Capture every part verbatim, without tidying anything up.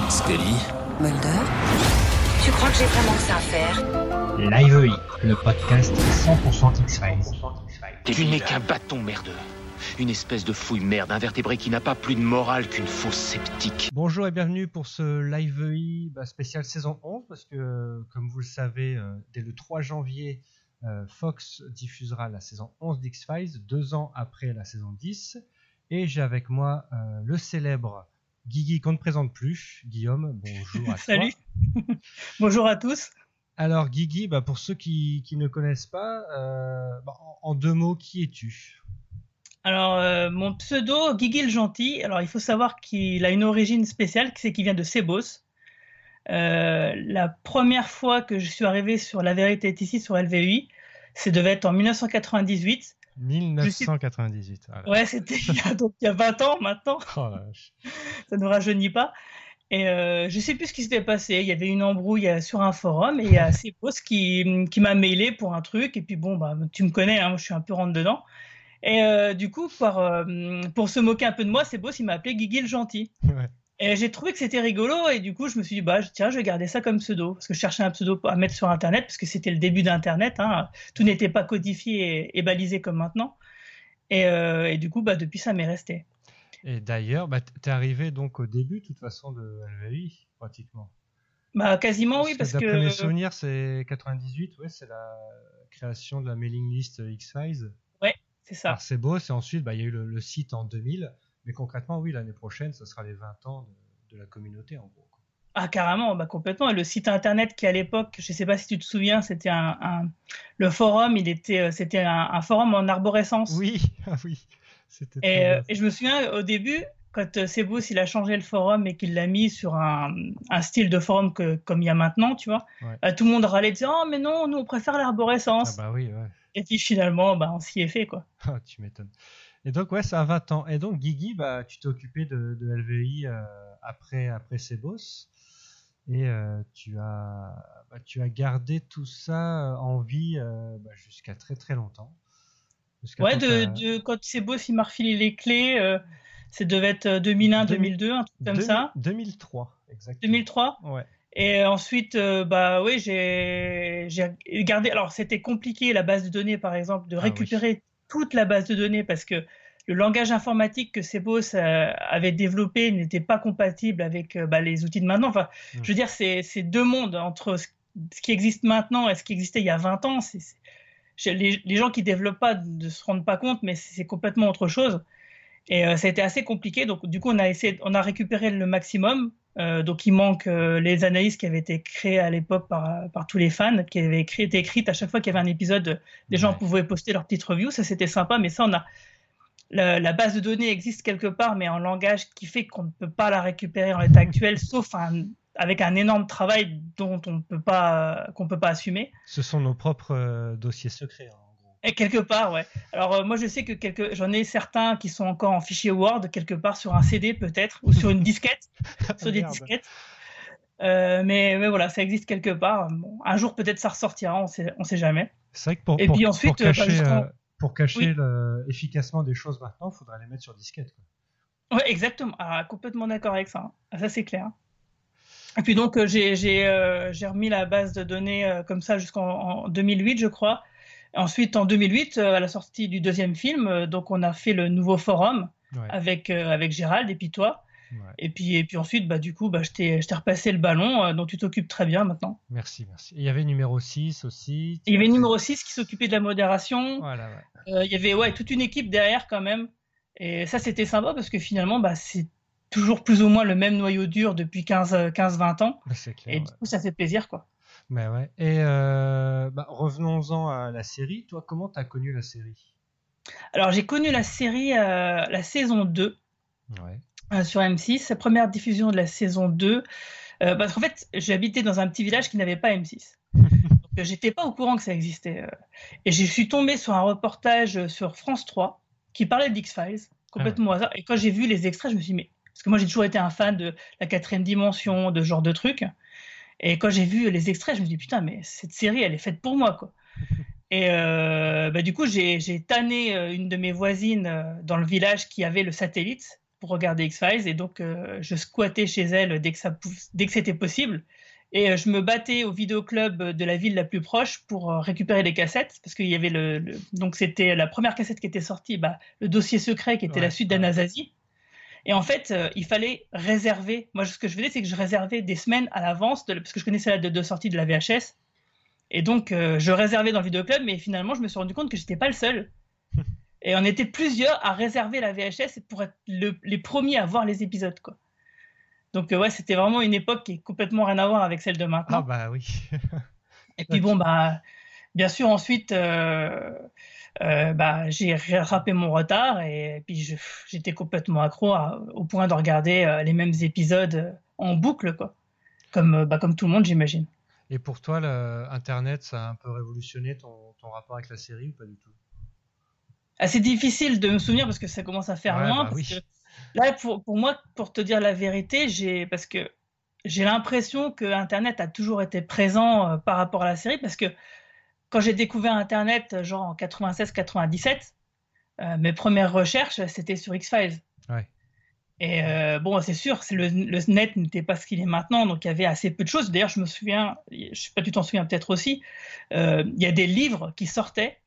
Scully. Mulder. Tu crois que j'ai vraiment que ça à faire? Live E I, le podcast cent pour cent X-Files. Tu n'es qu'un bâton merdeux. Une espèce de fouille merde invertébré qui n'a pas plus de morale qu'une fausse sceptique. Bonjour et bienvenue pour ce Live E I bah, spécial saison onze, parce que, comme vous le savez, euh, dès le trois janvier, euh, Fox diffusera la saison onze d'X-Files, deux ans après la saison dix. Et j'ai avec moi euh, le célèbre Guigui qu'on ne présente plus. Guillaume, bonjour à toi. Salut. Bonjour à tous. Alors Guigui, bah, pour ceux qui, qui ne connaissent pas, euh, bah, en, en deux mots, qui es-tu ? Alors, euh, mon pseudo, Guigui le Gentil, alors il faut savoir qu'il a une origine spéciale, c'est qu'il vient de Sébos. Euh, la première fois que je suis arrivé sur La Vérité est ici sur L V E I, ça devait être en dix-neuf cent quatre-vingt-dix-huit. dix-neuf cent quatre-vingt-dix-huit. Suis... Voilà. Ouais, c'était il y, a, donc, il y a vingt ans maintenant. Oh, ça ne rajeunit pas. Et euh, je ne sais plus ce qui s'était passé. Il y avait une embrouille sur un forum et il y a Sébos qui, qui m'a mailé pour un truc. Et puis bon, bah, tu me connais, hein, je suis un peu rentre dedans. Et euh, du coup, par, euh, pour se moquer un peu de moi, Sébos, il m'a appelé Guigui le Gentil. Ouais. Et j'ai trouvé que c'était rigolo et du coup, je me suis dit, bah, tiens, je vais garder ça comme pseudo. Parce que je cherchais un pseudo à mettre sur Internet parce que c'était le début d'Internet. Hein. Tout n'était pas codifié et, et balisé comme maintenant. Et, euh, et du coup, bah, depuis, ça m'est resté. Et d'ailleurs, bah, t'es arrivé donc au début, de toute façon, de L V E I, pratiquement. Bah, quasiment, parce oui, parce que... que... D'après mes souvenirs, c'est quatre-vingt-dix-huit, ouais, c'est la création de la mailing list X-Files. Ouais, c'est ça. Alors, c'est beau, et ensuite, bah, il y a eu le, le site en deux mille, mais concrètement, oui, l'année prochaine, ça sera les vingt ans de, de la communauté, en gros. Ah, carrément, bah, complètement. Et le site internet qui, à l'époque, je ne sais pas si tu te souviens, c'était un... un... Le forum, il était, c'était un, un forum en arborescence. Oui, ah oui. C'était et, euh, et je me souviens au début, quand Sébos il a changé le forum et qu'il l'a mis sur un, un style de forum que, comme il y a maintenant, tu vois, ouais. euh, tout le monde râlait, disait oh mais non, nous on préfère l'arborescence. Ah bah oui, ouais. Et puis finalement, bah, on s'y est fait quoi. Ah, tu m'étonnes. Et donc ouais, ça a vingt ans. Et donc Guigui, bah tu t'es occupé de, de L V E I euh, après après Sébos et euh, tu as bah, tu as gardé tout ça en vie euh, bah, jusqu'à très très longtemps. Ouais, de, de, quand Sébos il m'a refilé les clés, euh, ça devait être deux mille un, deux mille deux, un truc comme deux, ça. deux mille trois, exactement. deux mille trois Ouais. Et ensuite, euh, bah oui, j'ai, j'ai gardé. Alors, c'était compliqué la base de données, par exemple, de récupérer ah, oui. toute la base de données parce que le langage informatique que Sébos euh, avait développé n'était pas compatible avec euh, bah, les outils de maintenant. Enfin, mmh. je veux dire, c'est, c'est deux mondes entre ce, ce qui existe maintenant et ce qui existait il y a vingt ans. C'est, c'est... Les, les gens qui développent pas ne se rendent pas compte, mais c'est complètement autre chose. Et euh, ça a été assez compliqué. Donc, du coup, on a essayé, on a récupéré le maximum. Euh, donc, il manque euh, les analyses qui avaient été créées à l'époque par, par tous les fans, qui avaient écrit, été écrites à chaque fois qu'il y avait un épisode. Les ouais. gens pouvaient poster leurs petites reviews. Ça, c'était sympa. Mais ça, on a la, la base de données existe quelque part, mais en langage qui fait qu'on ne peut pas la récupérer en l'état actuel, sauf un avec un énorme travail dont on peut pas, qu'on peut pas assumer. Ce sont nos propres euh, dossiers secrets, hein, en gros. Et quelque part, ouais. Alors euh, moi, je sais que quelques, j'en ai certains qui sont encore en fichier Word, quelque part sur un C D peut-être, ou sur une disquette, sur des disquettes. Euh, mais, mais voilà, ça existe quelque part. Bon, un jour peut-être ça ressortira, on sait, on sait jamais. C'est vrai que pour, Et pour, puis ensuite, pour cacher, bah, euh, pour cacher oui. le, efficacement des choses maintenant, il faudrait les mettre sur disquette, quoi. Ouais, exactement. Alors, complètement d'accord avec ça. Hein. Ça, c'est clair. Et puis donc, euh, j'ai, j'ai, euh, j'ai remis la base de données euh, comme ça jusqu'en deux mille huit, je crois. Et ensuite, en deux mille huit, euh, à la sortie du deuxième film, euh, donc on a fait le nouveau forum ouais. avec, euh, avec Gérald et puis toi. Ouais. Et, puis, et puis ensuite, bah, du coup, bah, je, t'ai, je t'ai repassé le ballon euh, dont tu t'occupes très bien maintenant. Merci, merci. Et il y avait numéro six aussi. Il y avait numéro six qui s'occupait de la modération. Voilà, ouais. Euh, il y avait ouais, toute une équipe derrière quand même. Et ça, c'était sympa parce que finalement, bah, c'est toujours plus ou moins le même noyau dur depuis quinze vingt ans. C'est clair, et ouais. du coup, ça fait plaisir, quoi. Mais ouais. Et euh, bah, revenons-en à la série. Toi, comment tu as connu la série ? Alors, j'ai connu la série, euh, la saison deux, ouais. euh, sur M six, la première diffusion de la saison deux. Euh, parce qu'en fait, j'habitais dans un petit village qui n'avait pas M six. Donc, j'étais pas au courant que ça existait. Euh, et je suis tombée sur un reportage sur France trois qui parlait d'X-Files, complètement ah ouais. au hasard. Et quand j'ai vu les extraits, je me suis dit, mais... Parce que moi, j'ai toujours été un fan de la quatrième dimension, de ce genre de trucs. Et quand j'ai vu les extraits, je me dis, putain, mais cette série, elle est faite pour moi, quoi. Et euh, bah, du coup, j'ai, j'ai tanné une de mes voisines dans le village qui avait le satellite. pour regarder X-Files, et donc euh, je squattais chez elle dès que, ça pou... dès que c'était possible. Et euh, je me battais au vidéoclub de la ville la plus proche pour euh, récupérer les cassettes, parce qu'il y avait le, le... Donc c'était la première cassette qui était sortie, bah, le dossier secret qui était ouais, la suite ouais. d'Anasazi. Et en fait, euh, il fallait réserver. Moi, ce que je faisais, c'est que je réservais des semaines à l'avance, de... parce que je connaissais la date de sortie de la V H S. Et donc, euh, je réservais dans le vidéoclub, mais finalement, je me suis rendu compte que j'étais pas le seul. Et on était plusieurs à réserver la V H S pour être le... les premiers à voir les épisodes, quoi. Donc euh, ouais, c'était vraiment une époque qui est complètement rien à voir avec celle de maintenant. Ah bah oui. Et puis bon, bah, bien sûr, ensuite, euh, euh, bah, j'ai rattrapé mon retard et puis je, j'étais complètement accro à, au point de regarder euh, les mêmes épisodes en boucle, quoi. Comme, euh, bah, comme tout le monde, j'imagine. Et pour toi, le, Internet, ça a un peu révolutionné ton, ton rapport avec la série ou pas du tout? Ah, c'est difficile de me souvenir parce que ça commence à faire ouais, loin. Bah parce oui. que là, pour, pour moi, pour te dire la vérité, j'ai, parce que j'ai l'impression que Internet a toujours été présent euh, par rapport à la série, parce que quand j'ai découvert Internet, genre en quatre-vingt-seize quatre-vingt-dix-sept, euh, mes premières recherches, c'était sur X-Files. Ouais. Et euh, bon, c'est sûr, c'est le, le net n'était pas ce qu'il est maintenant, donc il y avait assez peu de choses. D'ailleurs, je me souviens, je sais pas, tu t'en souviens peut-être aussi, euh, il y a des livres qui sortaient,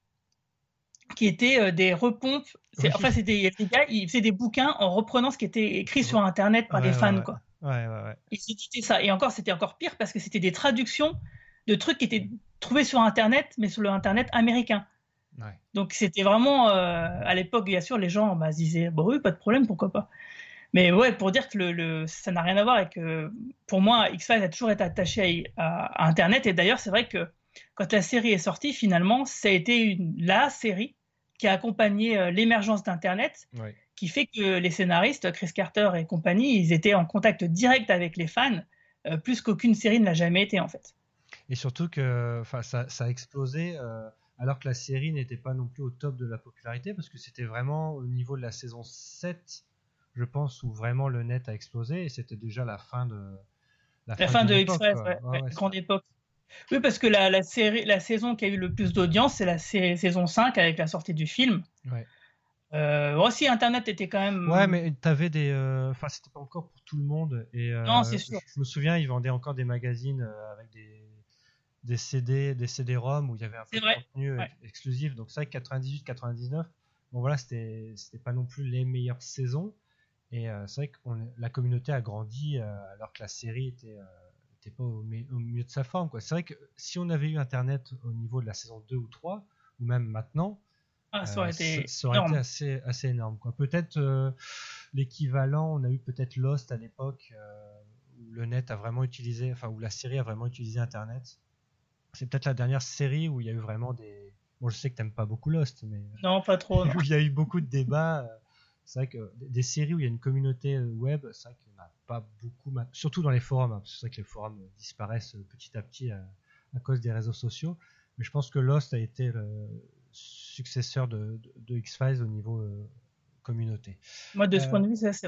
qui étaient euh, des repompes. C'est, oui. Enfin, c'était, il y a des gars, ils faisaient des bouquins en reprenant ce qui était écrit sur Internet par ouais, des fans, ouais, ouais. quoi. Ouais, ouais, ouais. Ils éditaient ça. Et encore, c'était encore pire parce que c'était des traductions de trucs qui étaient trouvés sur Internet, mais sur le Internet américain. Ouais. Donc, c'était vraiment, euh, à l'époque, bien sûr, les gens bah, se disaient, bah oui, pas de problème, pourquoi pas. Mais ouais, pour dire que le, le, ça n'a rien à voir avec, euh, pour moi, X-Files a toujours été attaché à, à, à Internet. Et d'ailleurs, c'est vrai que quand la série est sortie, finalement, ça a été une, la série qui a accompagné euh, l'émergence d'Internet, ouais. qui fait que les scénaristes, Chris Carter et compagnie, ils étaient en contact direct avec les fans, euh, plus qu'aucune série ne l'a jamais été, en fait. Et surtout que ça, ça a explosé, euh, alors que la série n'était pas non plus au top de la popularité, parce que c'était vraiment au niveau de la saison sept, je pense, où vraiment le net a explosé, et c'était déjà la fin de la, la fin, fin de X-Files, ouais, ouais, ouais, grande époque. Oui, parce que la, la, série, la saison qui a eu le plus d'audience, c'est la c- saison cinq avec la sortie du film. Ouais. Euh, aussi, Internet était quand même. Ouais, mais t'avais des. Enfin, euh, c'était pas encore pour tout le monde. Et, euh, non, c'est sûr. Je, je me souviens, ils vendaient encore des magazines euh, avec des, des C D, des C D-ROM où il y avait un peu c'est de vrai. contenu ouais. exclusif. Donc, ça, quatre-vingt-dix-huit quatre-vingt-dix-neuf, bon voilà, c'était, c'était pas non plus les meilleures saisons. Et euh, c'est vrai que la communauté a grandi euh, alors que la série était. Euh, n'était pas au, au mieux de sa forme, quoi. C'est vrai que si on avait eu Internet au niveau de la saison deux ou trois, ou même maintenant, ah, ça aurait euh, été, ça, ça aurait été assez, assez énorme, quoi. Peut-être euh, l'équivalent, on a eu peut-être Lost à l'époque, euh, où le net a vraiment utilisé, enfin où la série a vraiment utilisé Internet. C'est peut-être la dernière série où il y a eu vraiment des... Bon, je sais que t'aimes pas beaucoup Lost, mais... Non, pas trop. où il y a eu beaucoup de débats... C'est vrai que des séries où il y a une communauté web, c'est vrai qu'il n'y en a pas beaucoup, surtout dans les forums, hein, parce que c'est vrai que les forums disparaissent petit à petit à, à cause des réseaux sociaux. Mais je pense que Lost a été le successeur de, de, de X-Files au niveau euh, communauté. Moi, de ce euh, point de vue, c'est assez.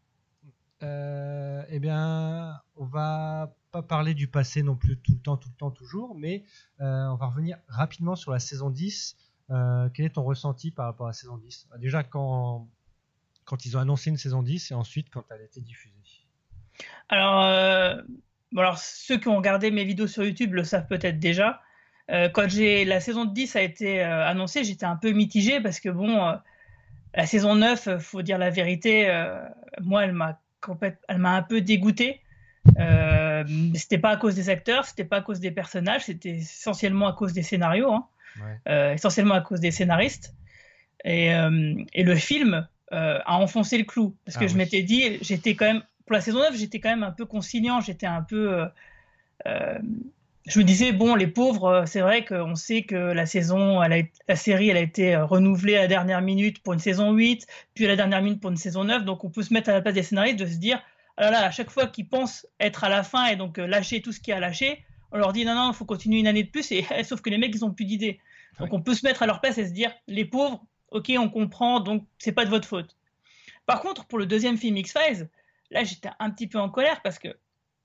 Euh, eh bien, on va pas parler du passé non plus tout le temps, tout le temps, toujours, mais euh, on va revenir rapidement sur la saison dix. Euh, quel est ton ressenti par rapport à la saison dix ? Déjà, quand... quand ils ont annoncé une saison dix et ensuite quand elle a été diffusée. Alors, euh, bon alors ceux qui ont regardé mes vidéos sur YouTube le savent peut-être déjà. Euh, quand j'ai, la saison dix a été euh, annoncée, j'étais un peu mitigé parce que bon, euh, la saison neuf, faut dire la vérité, euh, moi elle m'a, complète, elle m'a un peu dégoûté. Euh, c'était pas à cause des acteurs, c'était pas à cause des personnages, c'était essentiellement à cause des scénarios, hein. Ouais. Euh, essentiellement à cause des scénaristes. Et, euh, et le film euh, a enfoncé le clou. Parce que ah, je oui. m'étais dit, j'étais quand même, pour la saison neuf, j'étais quand même un peu conciliant, j'étais un peu. Euh, euh, je me disais, bon, les pauvres, c'est vrai qu'on sait que la saison, elle a, la série, elle a été renouvelée à la dernière minute pour une saison huit, puis à la dernière minute pour une saison neuf, donc on peut se mettre à la place des scénaristes de se dire, ah là là, à chaque fois qu'ils pensent être à la fin et donc lâcher tout ce qu'il y a à lâcher, on leur dit non, non, il faut continuer une année de plus, et sauf que les mecs, ils n'ont plus d'idées. Donc ouais. on peut se mettre à leur place et se dire, les pauvres, ok, on comprend, donc c'est pas de votre faute. Par contre, pour le deuxième film X-Files, là j'étais un petit peu en colère parce que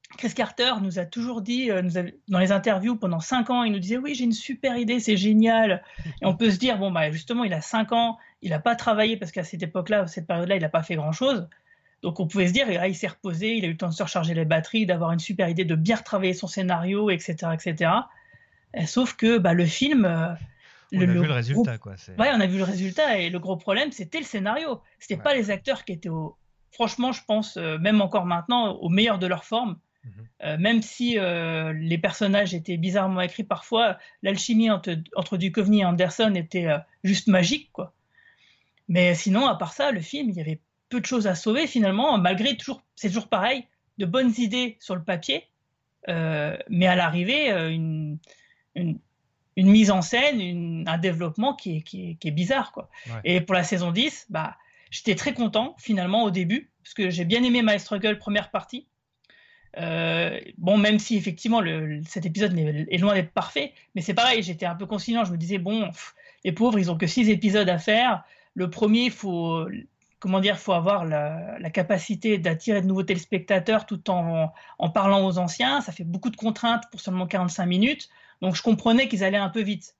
Chris Carter nous a toujours dit, euh, nous a, dans les interviews pendant cinq ans, il nous disait oui, j'ai une super idée, c'est génial. Et on peut se dire, bon, bah, justement, il a cinq ans, il n'a pas travaillé parce qu'à cette époque-là, à cette période-là, il n'a pas fait grand-chose. Donc on pouvait se dire, ah, il s'est reposé, il a eu le temps de se recharger les batteries, d'avoir une super idée, de bien retravailler son scénario, et cetera et cetera. Et sauf que bah, le film. Euh, on le, a le vu le gros... résultat, quoi. C'est... Ouais, on a vu le résultat et le gros problème, c'était le scénario. C'était ouais. pas les acteurs qui étaient au. Franchement, je pense, euh, même encore maintenant, au meilleur de leur forme. Mm-hmm. Euh, même si euh, les personnages étaient bizarrement écrits parfois, l'alchimie entre, entre Duchovny et Anderson était euh, juste magique, quoi. Mais sinon, à part ça, le film, il y avait peu de choses à sauver finalement, malgré toujours, c'est toujours pareil, de bonnes idées sur le papier, euh, mais à l'arrivée, euh, une, une, une mise en scène, une, un développement qui est, qui est, qui est bizarre, quoi. Ouais. Et pour la saison dix, bah, j'étais très content finalement au début, parce que j'ai bien aimé My Struggle première partie. Euh, bon, même si effectivement le, cet épisode est, est loin d'être parfait, mais c'est pareil, j'étais un peu conciliant, je me disais, bon, pff, les pauvres, ils ont que six épisodes à faire. Le premier, il faut... Comment dire, faut avoir la, la capacité d'attirer de nouveaux téléspectateurs tout en, en parlant aux anciens. Ça fait beaucoup de contraintes pour seulement quarante-cinq minutes. Donc, je comprenais qu'ils allaient un peu vite.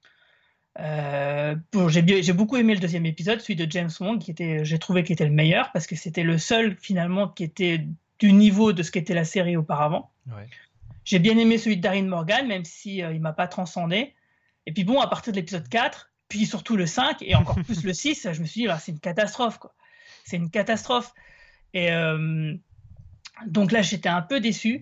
Euh, bon, j'ai, j'ai beaucoup aimé le deuxième épisode, celui de James Wong, qui était, j'ai trouvé qu'il était le meilleur parce que c'était le seul, finalement, qui était du niveau de ce qu'était la série auparavant. Ouais. J'ai bien aimé celui de Darin Morgan, même si euh, il ne m'a pas transcendé. Et puis bon, à partir de l'épisode quatre, puis surtout le cinq et encore plus le six, je me suis dit, là, c'est une catastrophe, quoi. C'est une catastrophe. Et euh, donc là, j'étais un peu déçu.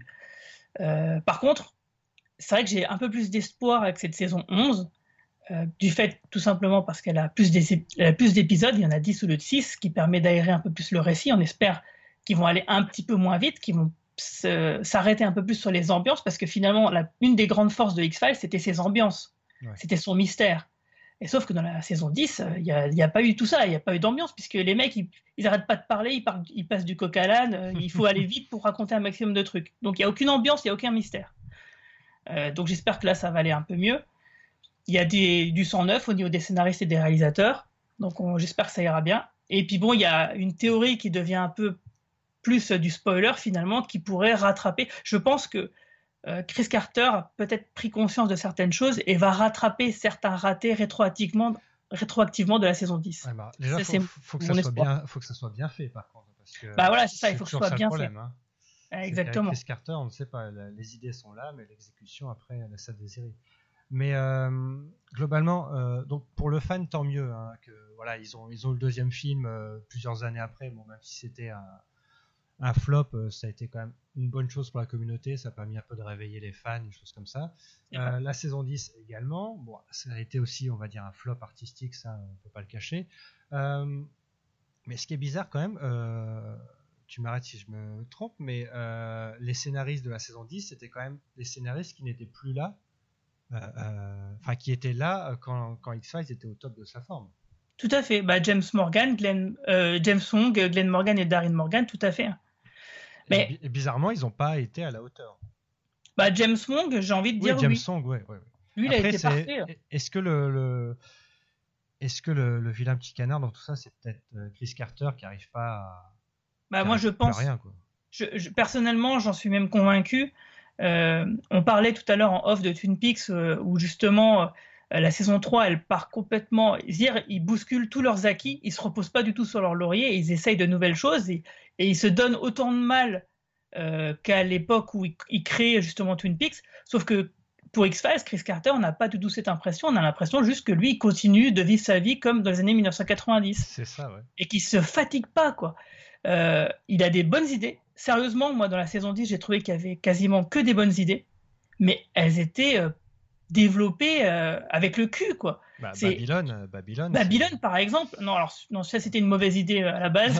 Euh, par contre, c'est vrai que j'ai un peu plus d'espoir avec cette saison onze, euh, du fait tout simplement parce qu'elle a plus, des, elle a plus d'épisodes, il y en a dix au lieu de six, ce qui permet d'aérer un peu plus le récit. On espère qu'ils vont aller un petit peu moins vite, qu'ils vont se, s'arrêter un peu plus sur les ambiances, parce que finalement, la, une des grandes forces de X-Files, c'était ses ambiances. Ouais. C'était son mystère. Et sauf que dans la saison dix, il n'y a, y a pas eu tout ça, il n'y a pas eu d'ambiance, puisque les mecs, ils n'arrêtent pas de parler, ils, parlent, ils passent du coq à l'âne, euh, il faut aller vite pour raconter un maximum de trucs. Donc il n'y a aucune ambiance, il n'y a aucun mystère. Euh, donc j'espère que là, ça va aller un peu mieux. Il y a des, du sang neuf au niveau des scénaristes et des réalisateurs, donc on, j'espère que ça ira bien. Et puis bon, il y a une théorie qui devient un peu plus du spoiler, finalement, qui pourrait rattraper. Je pense que Chris Carter a peut-être pris conscience de certaines choses et va rattraper certains ratés rétroactivement, rétroactivement de la saison dix. Ouais, bah, déjà, il faut, faut, que ça soit bien, faut que ça soit bien fait, par contre. Parce que, bah voilà, c'est ça, il faut que ce soit bien problème, fait. Hein. Exactement. Chris Carter, on ne sait pas, les idées sont là, mais l'exécution, après, elle laisse à désirer. Mais euh, globalement, euh, donc pour le fan, tant mieux. Hein, que, voilà, ils, ont, ils ont le deuxième film euh, plusieurs années après, bon, même si c'était un... un flop, ça a été quand même une bonne chose pour la communauté, ça a permis un peu de réveiller les fans, des choses comme ça. Euh, la saison dix également, bon, ça a été aussi, on va dire, un flop artistique, ça on peut pas le cacher. Euh, mais ce qui est bizarre quand même, euh, tu m'arrêtes si je me trompe, mais euh, les scénaristes de la saison dix, c'était quand même des scénaristes qui n'étaient plus là, enfin euh, qui étaient là quand, quand X-Files était au top de sa forme. Tout à fait, bah, James Morgan, Glenn, euh, James Wong, Glenn Morgan et Darin Morgan, tout à fait. Mais et bizarrement, ils n'ont pas été à la hauteur. Bah James Wong, j'ai envie de dire oui. James oui. Wong, ouais, ouais. Lui, Après, il a été c'est... parfait. Est-ce que le, le... est-ce que le, le vilain petit canard dans tout ça, c'est peut-être Chris Carter qui n'arrive pas à. Bah moi, je pense. Rien, quoi. Je, je, personnellement, j'en suis même convaincu. Euh, on parlait tout à l'heure en off de Twin Peaks, euh, où justement. Euh, La saison trois, elle part complètement. Ils bousculent tous leurs acquis, ils ne se reposent pas du tout sur leur laurier, ils essayent de nouvelles choses et, et ils se donnent autant de mal euh, qu'à l'époque où ils, ils créent justement Twin Peaks. Sauf que pour X-Files, Chris Carter, on n'a pas du tout cette impression. On a l'impression juste que lui, il continue de vivre sa vie comme dans les années mille neuf cent quatre-vingt-dix. C'est ça, ouais. Et qu'il ne se fatigue pas, quoi. Euh, il a des bonnes idées. Sérieusement, moi, dans la saison dix, j'ai trouvé qu'il y avait quasiment que des bonnes idées, mais elles étaient. Euh, développé euh, avec le cul, quoi. Bah, Babylone, Babylone. Babylone, c'est... par exemple. Non, alors non, ça c'était une mauvaise idée euh, à la base.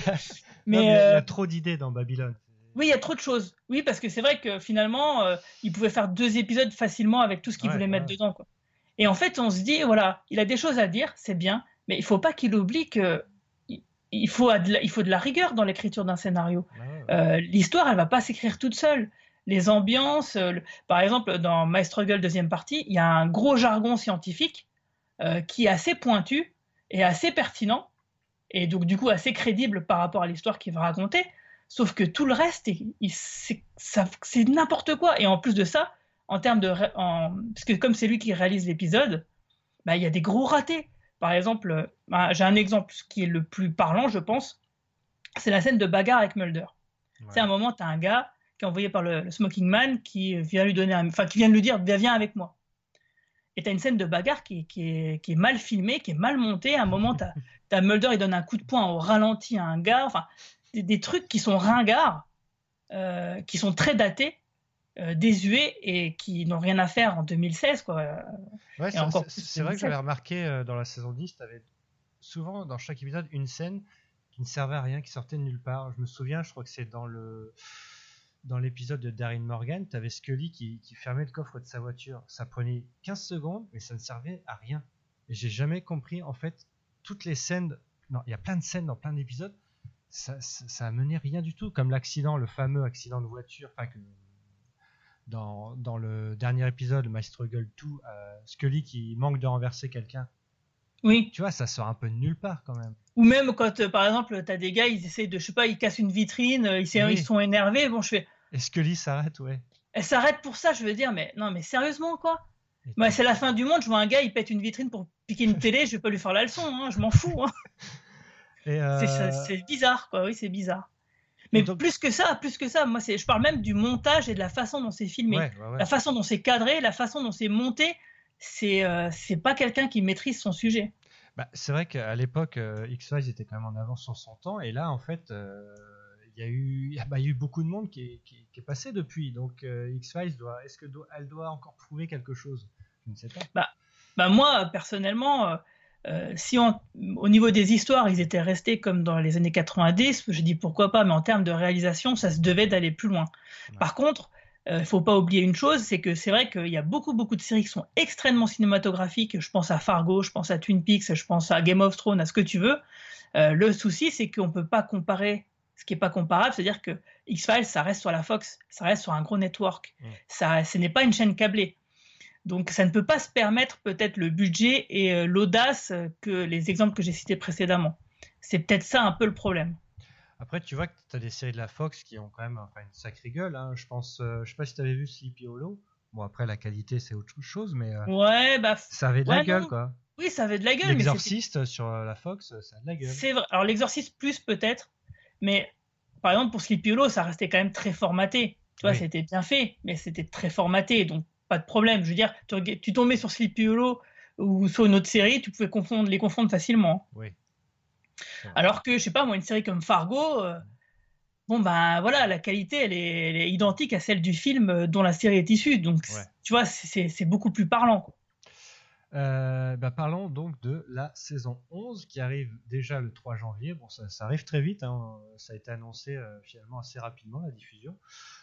mais il euh... y a trop d'idées dans Babylone. Oui, il y a trop de choses. Oui, parce que c'est vrai que finalement, euh, il pouvait faire deux épisodes facilement avec tout ce qu'il ouais, voulait ouais. mettre dedans, quoi. Et en fait, on se dit, voilà, il a des choses à dire, c'est bien, mais il faut pas qu'il oublie que il faut de la, il faut de la rigueur dans l'écriture d'un scénario. Ouais, ouais. Euh, l'histoire, elle va pas s'écrire toute seule. Les ambiances, euh, le, par exemple dans My Struggle deuxième partie, il y a un gros jargon scientifique euh, qui est assez pointu et assez pertinent et donc du coup assez crédible par rapport à l'histoire qu'il va raconter. Sauf que tout le reste, il- il- c'est ça- c'est n'importe quoi. Et en plus de ça, en termes de... ré- En, parce que comme c'est lui qui réalise l'épisode, bah, il y a des gros ratés. Par exemple, euh, bah, j'ai un exemple qui est le plus parlant, je pense. C'est la scène de bagarre avec Mulder. Ouais. C'est un moment, tu as un gars qui est envoyé par le, le Smoking Man qui vient lui donner un, enfin, qui vient de lui dire viens, viens avec moi. Et tu as une scène de bagarre qui, qui, est, qui est mal filmée, qui est mal montée. À un moment, tu as Mulder, il donne un coup de poing au ralenti à un gars. Enfin, des, des trucs qui sont ringards, euh, qui sont très datés, euh, désuets et qui n'ont rien à faire en deux mille seize, quoi. Ouais, Et c'est, encore c'est- plus c'est vrai que deux mille sept. j'avais remarqué euh, dans la saison dix, tu avais souvent dans chaque épisode une scène qui ne servait à rien, qui sortait de nulle part. Je me souviens, je crois que c'est dans le dans l'épisode de Darren Morgan, tu avais Scully qui, qui fermait le coffre de sa voiture. Ça prenait quinze secondes, mais ça ne servait à rien. Et j'ai jamais compris, en fait, toutes les scènes. Non, il y a plein de scènes dans plein d'épisodes. Ça, ça, ça a mené rien du tout, comme l'accident, le fameux accident de voiture. Enfin, que dans, dans le dernier épisode, My Struggle deux, euh, Scully qui manque de renverser quelqu'un. Oui. Tu vois, ça sort un peu de nulle part quand même. Ou même quand, euh, par exemple, tu as des gars, ils essaient de, je sais pas, ils cassent une vitrine, euh, ils, s'é- Oui. ils sont énervés. Bon, je fais, Et Scully s'arrête, ouais. elle s'arrête pour ça, je veux dire, mais non, mais sérieusement, quoi. Et Bah, tout. c'est la fin du monde, je vois un gars, il pète une vitrine pour piquer une télé, je vais pas lui faire la leçon, hein, je m'en fous. Hein. Et euh, C'est, ça- c'est bizarre, quoi, oui, c'est bizarre. Mais et donc- plus que ça, plus que ça, moi, c'est, je parle même du montage et de la façon dont c'est filmé. ouais, ouais, ouais. La façon dont c'est cadré, la façon dont c'est monté, c'est, euh, c'est pas quelqu'un qui maîtrise son sujet. Bah, c'est vrai qu'à l'époque, euh, X-Files était quand même en avance sur son temps, et là, en fait, euh, il y a eu, bah, il y a eu beaucoup de monde qui est, qui, qui est passé depuis. Donc, euh, X-Files doit, est-ce que doit, elle doit encore prouver quelque chose? Je ne sais pas. Bah, moi, personnellement, euh, euh, si on- au niveau des histoires, ils étaient restés comme dans les années quatre-vingt-dix, je dis pourquoi pas, mais en termes de réalisation, ça se devait d'aller plus loin. Ouais. Par contre, il ne faut pas oublier une chose, c'est que c'est vrai qu'il y a beaucoup, beaucoup de séries qui sont extrêmement cinématographiques. Je pense à Fargo, je pense à Twin Peaks, je pense à Game of Thrones, à ce que tu veux. Euh, le souci, c'est qu'on ne peut pas comparer ce qui n'est pas comparable, c'est-à-dire que X-Files, ça reste sur la Fox, ça reste sur un gros network. Ouais. Ça, ce n'est pas une chaîne câblée. Donc ça ne peut pas se permettre peut-être le budget et euh, l'audace que les exemples que j'ai cités précédemment. C'est peut-être ça un peu le problème. Après, tu vois que tu as des séries de la Fox qui ont quand même enfin, une sacrée gueule. Hein. Je pense, euh, je sais pas si tu avais vu Sleepy Hollow. Bon, après, la qualité, c'est autre chose, mais euh, Ouais, bah ça avait de ouais, la gueule, non. quoi. Oui, ça avait de la gueule. mais L'Exorciste sur euh, la Fox, ça a de la c'était- gueule. C'est vrai. Alors l'exorciste plus peut-être, mais par exemple pour Sleepy Hollow, ça restait quand même très formaté. Tu vois, Oui. c'était bien fait, mais c'était très formaté, donc pas de problème. Je veux dire, tu, reg- tu tombais sur Sleepy Hollow ou sur une autre série, tu pouvais confondre, les confondre facilement. Oui. C'est vrai. Alors que, je sais pas, moi, une série comme Fargo, euh, bon, ben voilà, la qualité, elle est, elle est identique à celle du film euh, dont la série est issue. Donc, Ouais. c'est- tu vois, c'est- c'est c'est beaucoup plus parlant, quoi. Euh, bah, parlons donc de la saison onze qui arrive déjà le trois janvier. Bon, ça, ça arrive très vite, hein. Ça a été annoncé euh, finalement assez rapidement, la diffusion.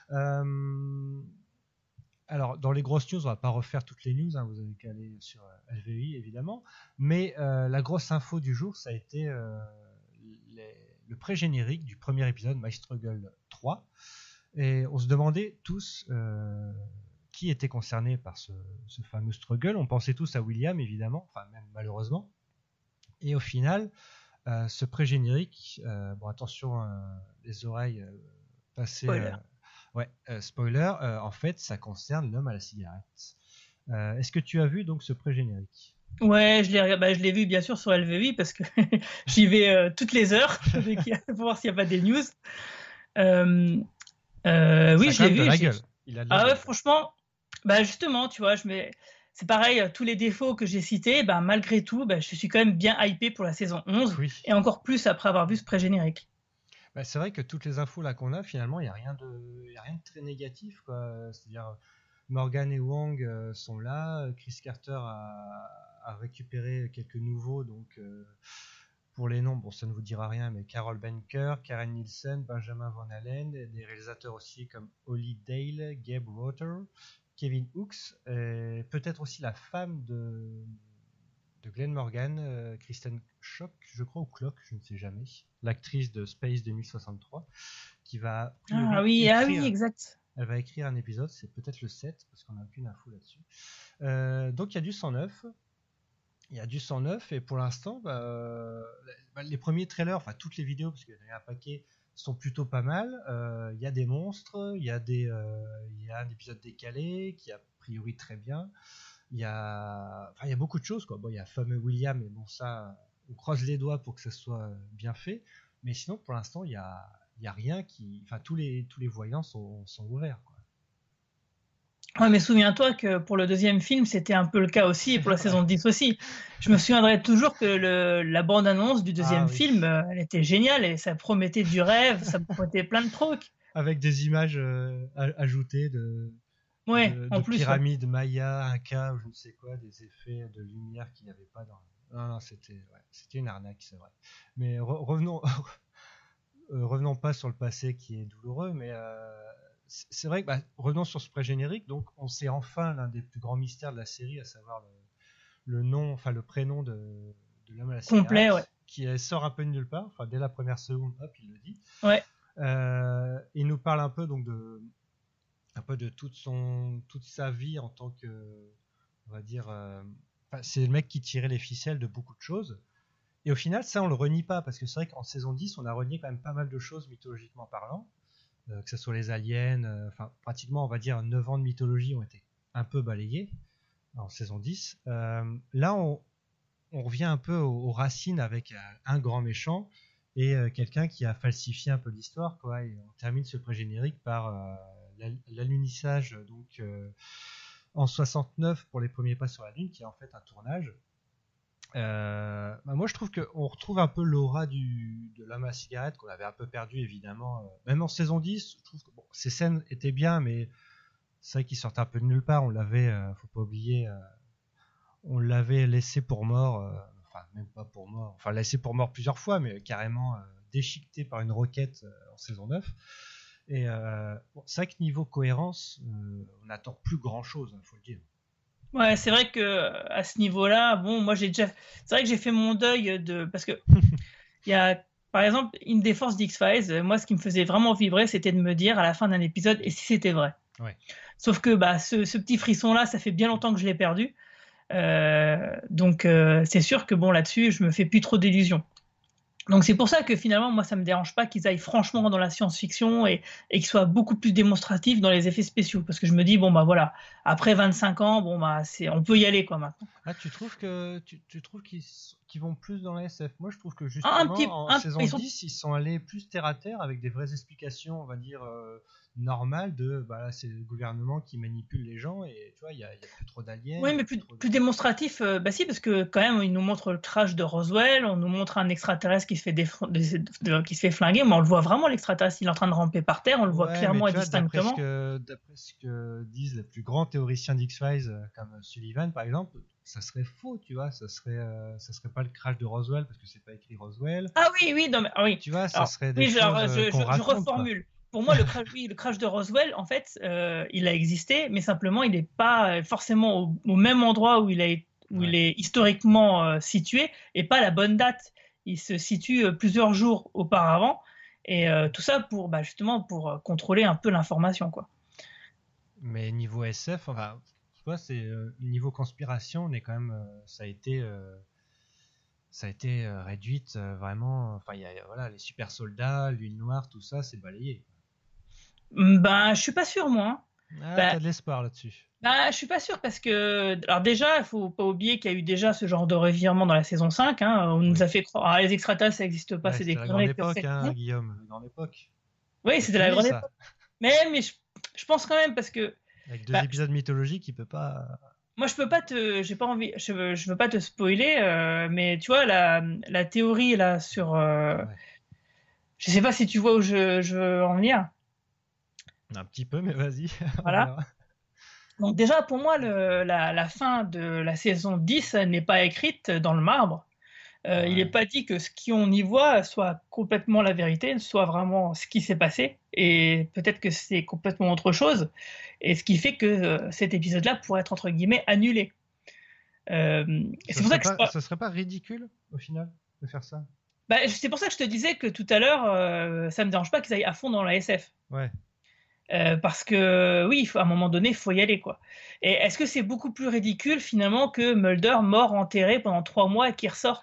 Euh, alors, dans les grosses news, on va pas refaire toutes les news, hein, vous avez qu'à aller sur euh, L V I évidemment. Mais euh, la grosse info du jour, ça a été euh, les- le pré-générique du premier épisode, My Struggle trois. Et on se demandait tous euh, qui était concerné par ce, ce fameux struggle. On pensait tous à William, évidemment, enfin même malheureusement. Et au final, euh, ce pré-générique, euh, bon attention, euh, les oreilles euh, passées... Spoiler. euh, ouais, euh, spoiler, euh, en fait, ça concerne l'homme à la cigarette. Euh, Est-ce que tu as vu donc ce pré-générique? Ouais, je l'ai rega- bah, je l'ai vu bien sûr sur L V I parce que j'y vais euh, toutes les heures dès qu'il y a- pour voir s'il n'y a pas des news. Euh, euh, oui, Ça a je quand l'ai même de vu. la j'ai- gueule. Il a de la Ah ouais, gueule. franchement, bah justement, tu vois, je mets... c'est pareil, euh, tous les défauts que j'ai cités, bah, malgré tout, bah, je suis quand même bien hypé pour la saison onze, Oui. et encore plus après avoir vu ce pré-générique. Bah, c'est vrai que toutes les infos là qu'on a, finalement, il n'y a rien de, il y a rien de très négatif, quoi. C'est-à-dire, Morgan et Wong euh, sont là, Chris Carter a, a récupéré quelques nouveaux, donc euh, pour les noms, bon, ça ne vous dira rien, mais Carol Banker, Karen Nielsen, Benjamin Van Allen, des réalisateurs aussi comme Holly Dale, Gabe Rotter, Kevin Hooks, et peut-être aussi la femme de, de Glenn Morgan, euh, Kristen Schock, je crois, ou Clock, je ne sais jamais, l'actrice de Space deux mille soixante-trois, qui va a priori, Ah oui, ah écrire, oui, exact. elle va écrire un épisode, c'est peut-être le sept, parce qu'on n'a aucune info là-dessus. Euh, donc il y a du sang neuf, il y a du sang neuf, et pour l'instant, bah, euh, bah, les premiers trailers, enfin toutes les vidéos, parce qu'il y en a un paquet, sont plutôt pas mal. Il y a des monstres, il y a des, il y a un épisode décalé qui est a priori très bien. Il y a, enfin, il y a beaucoup de choses, quoi. Bon, il y a fameux William, mais bon, ça, on croise les doigts pour que ça soit bien fait. Mais sinon, pour l'instant, il y a, il y a rien qui, enfin, tous les, tous les voyants sont, sont ouverts, quoi. Ouais, mais souviens-toi que pour le deuxième film, c'était un peu le cas aussi, et pour la saison dix aussi. Je me souviendrai toujours que le, la bande-annonce du deuxième Ah, oui. film, euh, elle était géniale, et ça promettait du rêve, ça promettait plein de trucs. Avec des images euh, ajoutées de, ouais, de, en de plus, pyramides ouais. Maya, Inca, ou je ne sais quoi, des effets de lumière qu'il n'y avait pas dans... Non, non, c'était, ouais, c'était une arnaque, c'est vrai. Mais re- revenons... euh, revenons pas sur le passé qui est douloureux, mais... Euh... C'est vrai que, bah, revenons sur ce pré-générique, donc on sait enfin l'un des plus grands mystères de la série, à savoir le, le nom, enfin le prénom de, de l'homme à la cigarette, complet, ouais. qui sort un peu de nulle part, enfin dès la première seconde, hop, il le dit. Ouais. Euh, il nous parle un peu donc de, un peu de toute son, toute sa vie en tant que, on va dire, euh, c'est le mec qui tirait les ficelles de beaucoup de choses. Et au final, ça on le renie pas, parce que c'est vrai qu'en saison dix, on a renié quand même pas mal de choses mythologiquement parlant. Euh, que ce soit les aliens, euh, enfin pratiquement on va dire neuf ans de mythologie ont été un peu balayés en saison dix. Euh, là on, on revient un peu aux, aux racines avec un, un grand méchant et euh, quelqu'un qui a falsifié un peu l'histoire, quoi. Et on termine ce pré-générique par euh, l'alunissage donc euh, en soixante-neuf pour les premiers pas sur la Lune, qui est en fait un tournage. Euh, bah moi je trouve qu'on retrouve un peu l'aura du, de l'homme à la cigarette qu'on avait un peu perdu évidemment, euh, même en saison dix. Je trouve que bon, ces scènes étaient bien, mais c'est vrai qu'ils sortaient un peu de nulle part. On l'avait, euh, faut pas oublier, euh, on l'avait laissé pour mort, euh, enfin même pas pour mort, enfin laissé pour mort plusieurs fois, mais carrément euh, déchiqueté par une roquette euh, en saison neuf. Et euh, bon, c'est vrai que niveau cohérence, euh, on n'attend plus grand chose, hein, faut le dire. Ouais, c'est vrai que à ce niveau-là, bon, moi j'ai déjà, c'est vrai que j'ai fait mon deuil de, parce que il y a, par exemple, une des forces d'X-Files. Moi, ce qui me faisait vraiment vibrer, c'était de me dire à la fin d'un épisode, et si c'était vrai. Ouais. Sauf que bah, ce, ce petit frisson-là, ça fait bien longtemps que je l'ai perdu. Euh, donc euh, c'est sûr que bon, là-dessus, je me fais plus trop d'illusions. Donc c'est pour ça que finalement, moi, ça me dérange pas qu'ils aillent franchement dans la science-fiction et, et qu'ils soient beaucoup plus démonstratifs dans les effets spéciaux. Parce que je me dis, bon, bah voilà, après vingt-cinq ans, bon, bah, c'est, on peut y aller, quoi, maintenant. Ah, tu trouves que tu, tu trouves qu'ils, qu'ils vont plus dans la S F? Moi, je trouve que justement, un petit, en un, saison ils sont... dix, ils sont allés plus terre à terre avec des vraies explications, on va dire, euh, normales de, bah là, c'est le gouvernement qui manipule les gens et tu vois, il n'y a, a plus trop d'aliens. Oui, mais plus, trop... plus démonstratif, euh, bah si, parce que quand même, ils nous montrent le crash de Roswell, on nous montre un extraterrestre qui se fait, déf... de, de, de, qui se fait flinguer, mais on le voit vraiment, l'extraterrestre, il est en train de ramper par terre, on le ouais, voit clairement et vois, distinctement. D'après ce, que, d'après ce que disent les plus grands théoriciens d'X-Files, comme Sullivan par exemple, ça serait faux, tu vois, ça serait, euh, ça serait pas le crash de Roswell parce que c'est pas écrit Roswell. Ah oui, oui, non, mais, ah, oui. Tu vois, ça alors, serait des oui, choses alors, je, qu'on je, raconte, je reformule. Quoi. Pour moi, le crash, oui, le crash de Roswell, en fait, euh, il a existé, mais simplement, il n'est pas forcément au, au même endroit où il, a, où ouais. il est historiquement euh, situé et pas la bonne date. Il se situe euh, plusieurs jours auparavant et euh, tout ça pour bah, justement pour euh, contrôler un peu l'information, quoi. Mais niveau S F, enfin, tu vois, c'est euh, niveau conspiration, on est quand même, euh, ça a été. Euh, ça a été euh, réduite euh, vraiment. Enfin, il y a voilà, les super soldats, l'huile noire, tout ça, c'est balayé. Ben, je suis pas sûr, moi. Ah, ben, t'as de l'espoir là-dessus. Ben, je suis pas sûr parce que, alors déjà, il faut pas oublier qu'il y a eu déjà ce genre de revirement dans la saison cinq. Hein, on oui. nous a fait croire, ah, les extraterrestres, ça n'existe pas, ouais, c'est des conneries. C'était la grande époque, hein, Guillaume, la grande époque. Oui, c'était la grande ça. époque. Mais, mais je, je pense quand même parce que. Avec deux bah, épisodes mythologiques, il peut pas. Moi, je peux pas te, j'ai pas envie, je veux, je veux pas te spoiler, euh, mais tu vois la, la théorie là sur, euh, ouais. je sais pas si tu vois où je, je veux en venir. Un petit peu, mais vas-y. Voilà. Donc déjà pour moi, le, la, la fin de la saison dix n'est pas écrite dans le marbre. Euh, ouais. Il n'est pas dit que ce qu'on y voit soit complètement la vérité, soit vraiment ce qui s'est passé, et peut-être que c'est complètement autre chose, et ce qui fait que euh, cet épisode-là pourrait être entre guillemets annulé. Euh, et c'est pour ça que pas, je... ça serait pas ridicule au final de faire ça. Bah, c'est pour ça que je te disais que tout à l'heure, euh, ça me dérange pas qu'ils aillent à fond dans la S F. Ouais. Euh, parce que oui, il faut, à un moment donné, il faut y aller, quoi. Et est-ce que c'est beaucoup plus ridicule finalement que Mulder mort enterré pendant trois mois et qui ressort, quoi?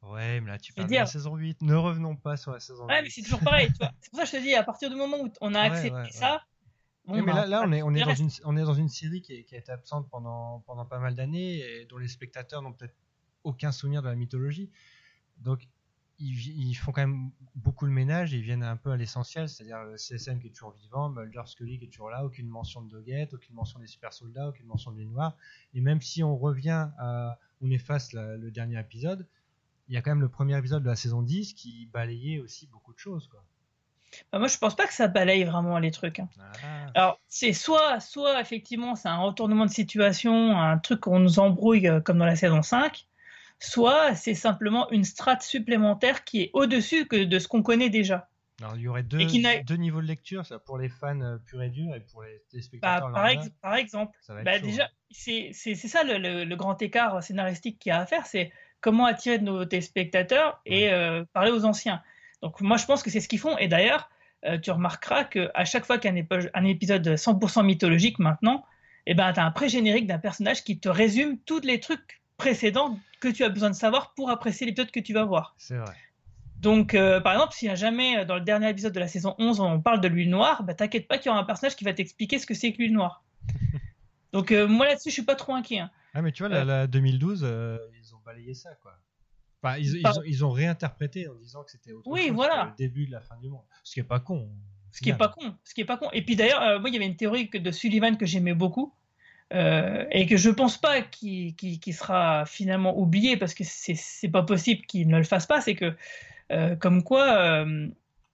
Ouais, mais là, tu Je veux parles de dire, la saison huit. Ne revenons pas sur la saison ouais, mais huit. c'est toujours pareil, tu vois. C'est pour ça que je te dis, à partir du moment où on a Ouais, accepté ouais, ouais. ça, Oui, bon, mais bah, là, là on on, va est, on, est le dans reste. une, on est dans une série qui, est- qui a été absente pendant, pendant pas mal d'années et dont les spectateurs n'ont peut-être aucun souvenir de la mythologie. Donc, ils, vi- ils font quand même beaucoup le ménage et ils viennent un peu à l'essentiel, c'est-à-dire le C S M qui est toujours vivant, Mulder, Scully qui est toujours là, aucune mention de Doggett, aucune mention des super soldats, aucune mention de Nuit Noire. Et même si on revient à, on efface la- le dernier épisode, il y a quand même le premier épisode de la saison dix qui balayait aussi beaucoup de choses, quoi. Bah, moi, je pense pas que ça balaye vraiment les trucs, hein. Ah, Alors, c'est soit, soit effectivement, c'est un retournement de situation, un truc qu'on nous embrouille euh, comme dans la saison cinq, soit c'est simplement une strate supplémentaire qui est au-dessus que de ce qu'on connaît déjà. alors, il y aurait Et deux, qui n'a, deux niveaux de lecture, ça, pour les fans euh, purs et durs et pour les bah, téléspectateurs par, lambda, ex- par exemple, ça va être bah, chaud. déjà, hein. c'est c'est- c'est ça le, le- le grand écart scénaristique qu'il y a à faire, c'est comment attirer de nos téléspectateurs et Ouais. euh, parler aux anciens. Donc moi, je pense que c'est ce qu'ils font. Et d'ailleurs, euh, tu remarqueras qu'à chaque fois qu'il y a un, épo- un épisode cent pour cent mythologique maintenant, eh ben, tu as un pré-générique d'un personnage qui te résume tous les trucs précédents que tu as besoin de savoir pour apprécier l'épisode que tu vas voir. C'est vrai. Donc, euh, par exemple, s'il y a jamais, euh, dans le dernier épisode de la saison onze, on parle de l'huile noire, bah, t'inquiète pas qu'il y aura un personnage qui va t'expliquer ce que c'est que l'huile noire. Donc, euh, moi là-dessus, je suis pas trop inquiet, hein. Ah, mais tu vois, Euh, la, la deux mille douze, euh, ils ont balayé ça, quoi. Enfin, ils, ils par- ont, ils ont réinterprété en disant que c'était autre Oui, chose voilà. que le début de la fin du monde. Ce qui est pas con. au Ce qui est final. pas con, ce qui est pas con. Et puis d'ailleurs, euh, moi, il y avait une théorie que- de Sullivan que j'aimais beaucoup euh, et que je pense pas qu'il qu'il- qu'il sera finalement oublié parce que c'est c'est pas possible qu'il ne le fasse pas. C'est que euh, comme quoi euh,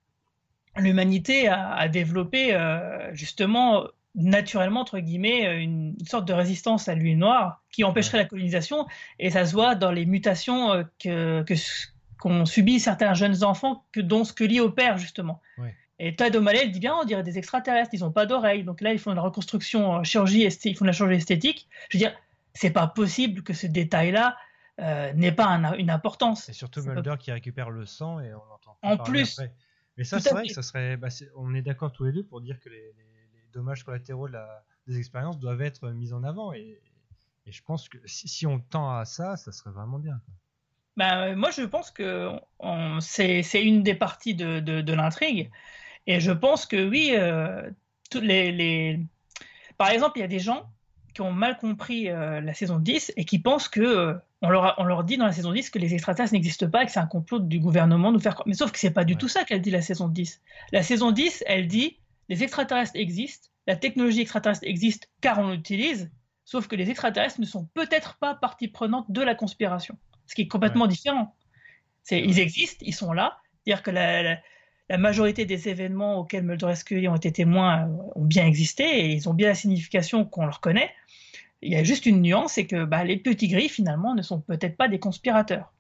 l'humanité a, a développé euh, justement naturellement entre guillemets une, une sorte de résistance à l'huile noire qui empêcherait Ouais. la colonisation et ça se voit dans les mutations euh, que que qu'ont subi certains jeunes enfants que dont Scully opère justement. Ouais. Et Todd O'Malley elle dit bien on dirait des extraterrestres, ils n'ont pas d'oreilles, donc là ils font une reconstruction euh, chirurgie esthé- ils font de la chirurgie esthétique. Je veux dire c'est pas possible que ce détail là euh, n'ait pas un- une importance. Et surtout C'est pas- Mulder qui récupère le sang et on entend plus En parler plus, après. Mais ça, tout c'est à vrai fait. que ça serait. Bah, c'est- on est d'accord tous les deux pour dire que les, les- les dommages collatéraux de la- des expériences doivent être mis en avant. Et, et je pense que si, si on tend à ça, ça serait vraiment bien, quoi. Ben, euh, moi, je pense que on- c'est c'est une des parties de, de, de l'intrigue. Et je pense que oui, euh, toutes les, les... par exemple, il y a des gens qui ont mal compris euh, la saison dix et qui pensent que euh, on, leur a- on leur dit dans la saison dix que les extraterrestres n'existent pas et que c'est un complot du gouvernement de nous faire croire. Mais sauf que c'est pas du Ouais. tout ça qu'elle dit la saison dix. La saison dix, elle dit les extraterrestres existent, la technologie extraterrestre existe car on l'utilise, sauf que les extraterrestres ne sont peut-être pas partie prenante de la conspiration. Ce qui est complètement Ouais. différent. C'est, C'est ils vrai. existent, ils sont là. C'est-à-dire que la, la- la majorité des événements auxquels Mulder et Scully ont été témoins euh, ont bien existé et ils ont bien la signification qu'on leur connaît. Il y a juste une nuance, c'est que bah, les petits gris, finalement, ne sont peut-être pas des conspirateurs.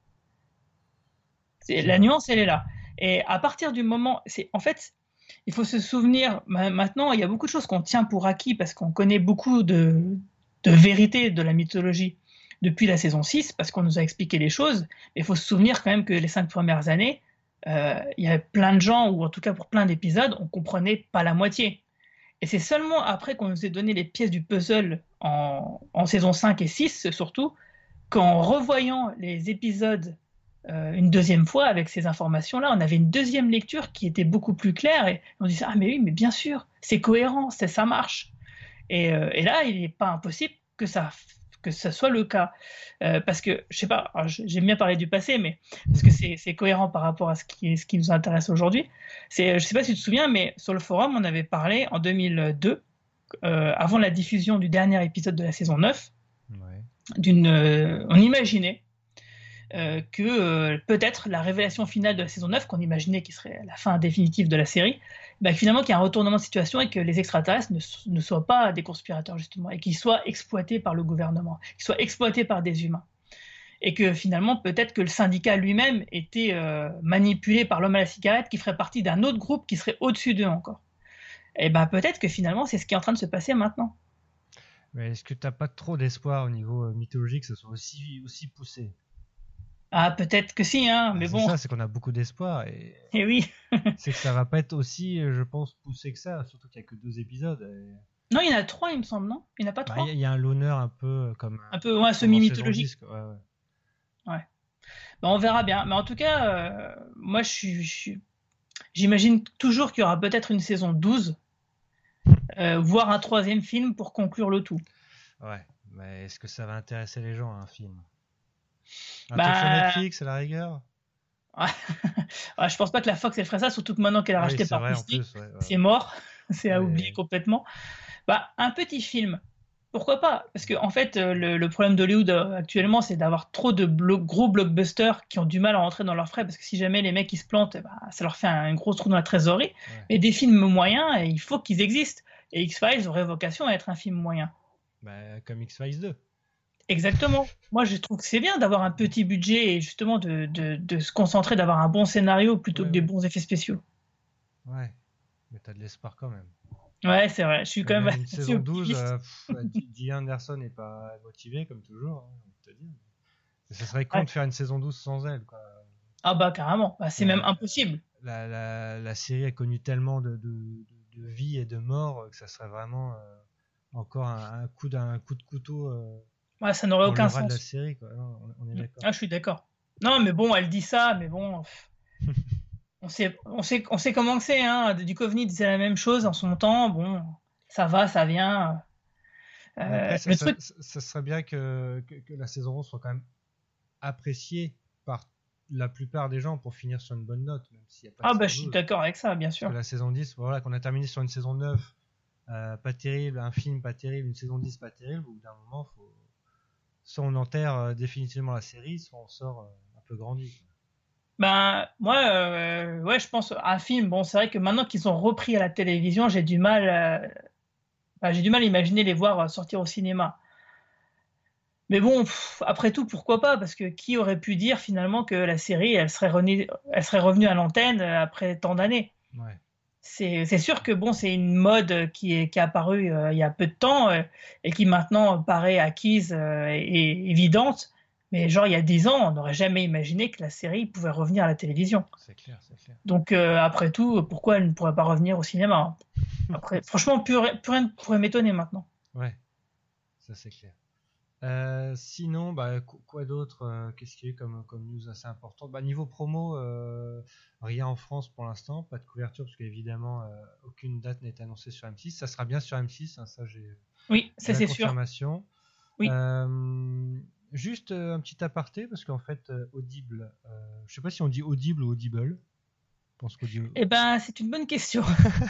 C'est, C'est la vrai. nuance, elle est là. Et à partir du moment... C'est, en fait, il faut se souvenir, ma- maintenant, il y a beaucoup de choses qu'on tient pour acquis parce qu'on connaît beaucoup de, de vérités de la mythologie depuis la saison six, parce qu'on nous a expliqué les choses. Mais il faut se souvenir quand même que les cinq premières années, euh, il y avait plein de gens, ou en tout cas pour plein d'épisodes, on comprenait pas la moitié. Et c'est seulement après qu'on nous ait donné les pièces du puzzle en, en saison cinq et six, surtout, qu'en revoyant les épisodes euh, une deuxième fois avec ces informations-là, on avait une deuxième lecture qui était beaucoup plus claire et on disait ah mais oui mais bien sûr c'est cohérent, c'est, ça marche. Et, euh, et là il n'est pas impossible que ça que ça soit le cas euh, parce que je sais pas, alors, j'aime bien parler du passé mais parce que c'est, c'est cohérent par rapport à ce qui, ce qui nous intéresse aujourd'hui. C'est, je sais pas si tu te souviens mais sur le forum on avait parlé en deux mille deux euh, avant la diffusion du dernier épisode de la saison neuf Ouais. d'une, euh, on imaginait euh, que euh, peut-être la révélation finale de la saison neuf, qu'on imaginait qui serait la fin définitive de la série, bah, finalement qu'il y a un retournement de situation et que les extraterrestres ne, ne soient pas des conspirateurs justement, et qu'ils soient exploités par le gouvernement, qu'ils soient exploités par des humains. Et que finalement peut-être que le syndicat lui-même était euh, manipulé par l'homme à la cigarette qui ferait partie d'un autre groupe qui serait au-dessus d'eux encore. Et ben peut-être que finalement c'est ce qui est en train de se passer maintenant. Mais est-ce que t'as pas trop d'espoir au niveau euh, mythologique que ce soit aussi, aussi poussé? Ah peut-être que si, hein, mais Ah, bon. C'est ça, c'est qu'on a beaucoup d'espoir et Et oui. c'est que ça va pas être aussi, euh, je pense, poussé que ça, surtout qu'il y a que deux épisodes. et- Non, il y en a trois, il me semble, non? Il n'y en a pas Bah, trois? Il y, a- il y a un loner un peu euh, comme Un peu, ouais, comme en semi-mythologique. saison dix, quoi. Ouais, ouais. Bah, on verra bien. Mais en tout cas, euh, moi, je suis, je suis- j'imagine toujours qu'il y aura peut-être une saison douze, euh, voire un troisième film pour conclure le tout. Ouais, mais est-ce que ça va intéresser les gens, un film? Un truc sur Bah, Netflix, à la rigueur? ouais, je pense pas que la Fox elle ferait ça, surtout que maintenant qu'elle est Ah oui, rachetée c'est par vrai, en Disney, plus, ouais, ouais. c'est mort, c'est à Ouais. oublier complètement. Bah, un petit film, pourquoi pas? Parce que en fait, euh, le, le problème d'Hollywood euh, actuellement, c'est d'avoir trop de blo- gros blockbusters qui ont du mal à rentrer dans leurs frais, parce que si jamais les mecs ils se plantent, eh bah, ça leur fait un gros trou dans la trésorerie. Ouais. Mais des films moyens, eh, il faut qu'ils existent. Et X-Files aurait vocation à être un film moyen. Bah, comme X-Files deux. Exactement. Moi, je trouve que c'est bien d'avoir un petit budget et justement de, de, de se concentrer, d'avoir un bon scénario plutôt Ouais, que des ouais. bons effets spéciaux. Ouais, mais t'as de l'espoir quand même. Ouais, c'est vrai. Je suis Et quand même même une assez saison douze, optimiste. euh, pff, ouais, D- D. Anderson n'est pas motivé, comme toujours, hein, on peut te dire. Mais ça serait con Ouais. de faire une saison douze sans elle, quoi. Ah bah carrément. Bah, c'est Ouais. même impossible. La, la, la série a connu tellement de, de, de, de vie et de mort euh, que ça serait vraiment euh, encore un, un, coup d'un coup de couteau euh, Ouais, ça n'aurait pour aucun le rat de la sens. série, quoi. Non, on, on est d'accord. Ah, je suis d'accord. Non, mais bon, elle dit ça, mais bon, pff, on sait, on sait, on sait comment que c'est, hein. Duchovny disait la même chose en son temps. Bon, ça va, ça vient. Mais Euh, après, ça, le ça, truc, ça- ça serait bien que, que, que la saison onze soit quand même appréciée par la plupart des gens pour finir sur une bonne note, même s'il n'y a pas de ah bah je saison suis douze. d'accord avec ça, bien Parce que sûr. la saison dix, voilà, qu'on a terminé sur une saison neuf, euh, pas terrible, un film pas terrible, une saison dix pas terrible, au bout d'un moment, faut... soit on enterre euh, définitivement la série, soit on sort euh, un peu grandi, quoi. Ben moi, euh, ouais, je pense à un film. Bon, c'est vrai que maintenant qu'ils ont repris à la télévision, j'ai du mal, euh, ben, j'ai du mal à imaginer les voir euh, sortir au cinéma. Mais bon, pff, après tout, pourquoi pas? Parce que qui aurait pu dire finalement que la série, elle serait, revenue, elle serait revenue à l'antenne euh, après tant d'années? Ouais. C'est c'est sûr que bon, c'est une mode qui est, qui est apparue euh, il y a peu de temps euh, et qui maintenant paraît acquise euh, et, et évidente. Mais genre, il y a dix ans, on n'aurait jamais imaginé que la série pouvait revenir à la télévision. C'est clair, c'est clair. Donc, euh, après tout, pourquoi elle ne pourrait pas revenir au cinéma? Après, franchement, plus, ri- plus rien ne pourrait m'étonner maintenant. Ouais, ça c'est clair. Euh, sinon, bah, qu- quoi d'autre euh, Qu'est-ce qu'il y a eu comme, comme news assez importante? Bah, niveau promo, euh, rien en France pour l'instant, pas de couverture parce qu'évidemment euh, aucune date n'est annoncée sur M six. Ça sera bien sur M six, hein, ça j'ai Oui, j'ai ça la c'est sûr. confirmation. Oui. Euh, juste euh, un petit aparté parce qu'en fait euh, Audible, euh, je sais pas si on dit Audible ou Audible. Je pense qu'Audible. Eh ben, c'est une bonne question.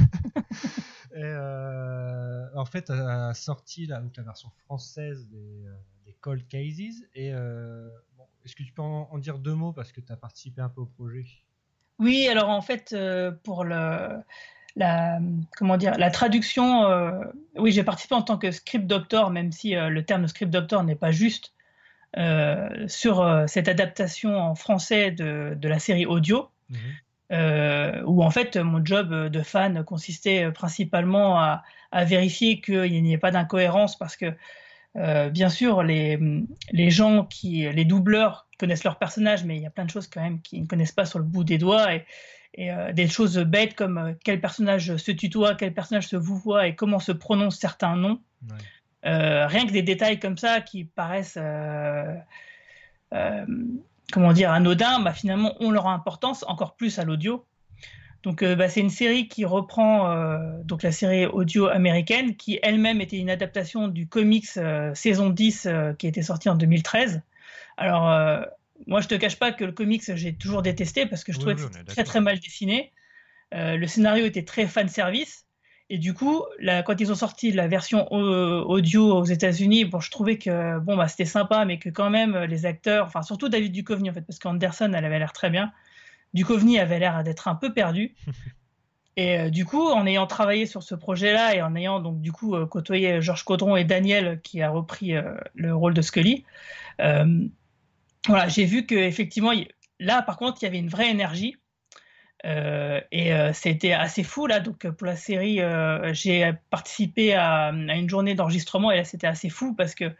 Et euh, en fait, a sorti la, donc la version française des, euh, des Cold Cases. Et euh, bon, est-ce que tu peux en, en dire deux mots parce que tu as participé un peu au projet? Oui, alors en fait, euh, pour le, la, comment dire, la traduction, euh, oui, j'ai participé en tant que script doctor, même si euh, le terme de script doctor n'est pas juste, euh, sur euh, cette adaptation en français de, de la série audio. Mhm. Euh, où en fait mon job de fan consistait principalement à, à vérifier qu'il n'y ait pas d'incohérence parce que euh, bien sûr les, les gens qui, les doubleurs connaissent leur personnage mais il y a plein de choses quand même qu'ils ne connaissent pas sur le bout des doigts et, et euh, des choses bêtes comme euh, quel personnage se tutoie, quel personnage se vouvoie et comment se prononcent certains noms. Ouais. Euh, rien que des détails comme ça qui paraissent euh, euh, comment dire, anodins, bah, finalement ont leur importance, encore plus à l'audio. Donc euh, bah, c'est une série qui reprend euh, donc la série audio américaine, qui elle-même était une adaptation du comics euh, saison dix euh, qui était sorti en deux mille treize. Alors euh, moi je te cache pas que le comics j'ai toujours détesté parce que je Oui, trouvais oui, que on est c'était d'accord. très très mal dessiné. Euh, le scénario était très fan service. Et du coup, là, quand ils ont sorti la version euh, audio aux États-Unis, bon, je trouvais que bon, bah, c'était sympa, mais que quand même les acteurs, enfin surtout David Duchovny en fait, parce qu'Anderson, elle avait l'air très bien. Duchovny avait l'air d'être un peu perdu. Et euh, du coup, en ayant travaillé sur ce projet-là et en ayant donc du coup euh, côtoyé Georges Caudron et Daniel qui a repris euh, le rôle de Scully, euh, voilà, j'ai vu que effectivement, y... là par contre, il y avait une vraie énergie. Euh, et euh, c'était assez fou là. Donc pour la série, euh, j'ai participé à, à une journée d'enregistrement et là c'était assez fou parce que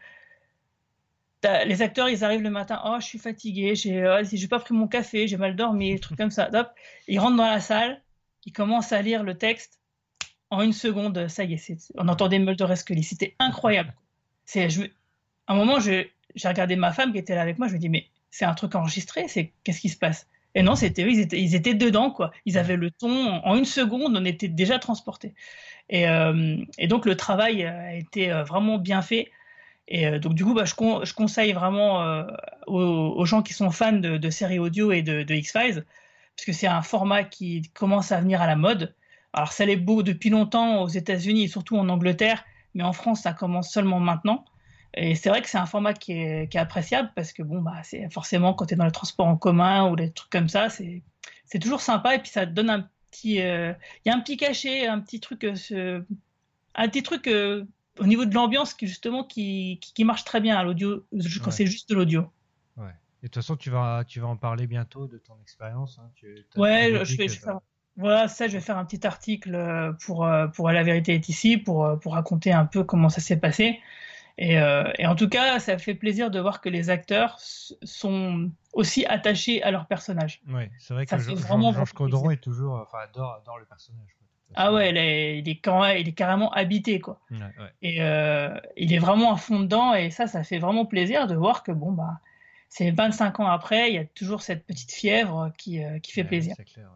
les acteurs ils arrivent le matin, oh je suis fatigué, j'ai euh, j'ai pas pris mon café, j'ai mal dormi, des trucs comme ça. Hop, ils rentrent dans la salle, ils commencent à lire le texte en une seconde, ça y est, c'est, on entendait Mulder et Scully, c'était incroyable. C'est, je, à un moment, je, j'ai regardé ma femme qui était là avec moi, je me dis mais c'est un truc enregistré, c'est qu'est-ce qui se passe? Et non, c'était eux, ils étaient, ils étaient dedans, quoi. Ils avaient le ton, en une seconde, on était déjà transportés. Et, euh, et donc, le travail a été vraiment bien fait. Et euh, donc, du coup, bah, je, con, je conseille vraiment euh, aux, aux gens qui sont fans de, de séries audio et de, de X-Files, parce que c'est un format qui commence à venir à la mode. Alors, ça l'est beau depuis longtemps aux États-Unis et surtout en Angleterre, mais en France, ça commence seulement maintenant. Et c'est vrai que c'est un format qui est, qui est appréciable parce que, bon, bah, c'est forcément quand tu es dans les transports en commun ou des trucs comme ça, c'est, c'est toujours sympa et puis ça te donne un petit. Il euh, y a un petit cachet, un petit truc, euh, ce, un petit truc euh, au niveau de l'ambiance qui, justement, qui, qui, qui marche très bien à l'audio quand Ouais. c'est juste de l'audio. Ouais. Et de toute façon, tu vas, tu vas en parler bientôt de ton expérience. Hein. Tu, Ouais, je vais, je vais faire. Voilà, ça, je vais faire un petit article pour, pour La Vérité est ici, pour, pour raconter un peu comment ça s'est passé. Et, euh, et en tout cas, ça fait plaisir de voir que les acteurs sont aussi attachés à leur personnage. Oui, c'est vrai ça que Georges Caudron est toujours, enfin, adore, adore le personnage. Quoi, ah ouais, il est, il, est quand même, il est carrément habité, quoi. Ouais, ouais. Et euh, il est vraiment à fond dedans, et ça, ça fait vraiment plaisir de voir que bon, bah, c'est vingt-cinq ans après, il y a toujours cette petite fièvre qui, euh, qui fait ouais, plaisir. C'est clair. Ouais.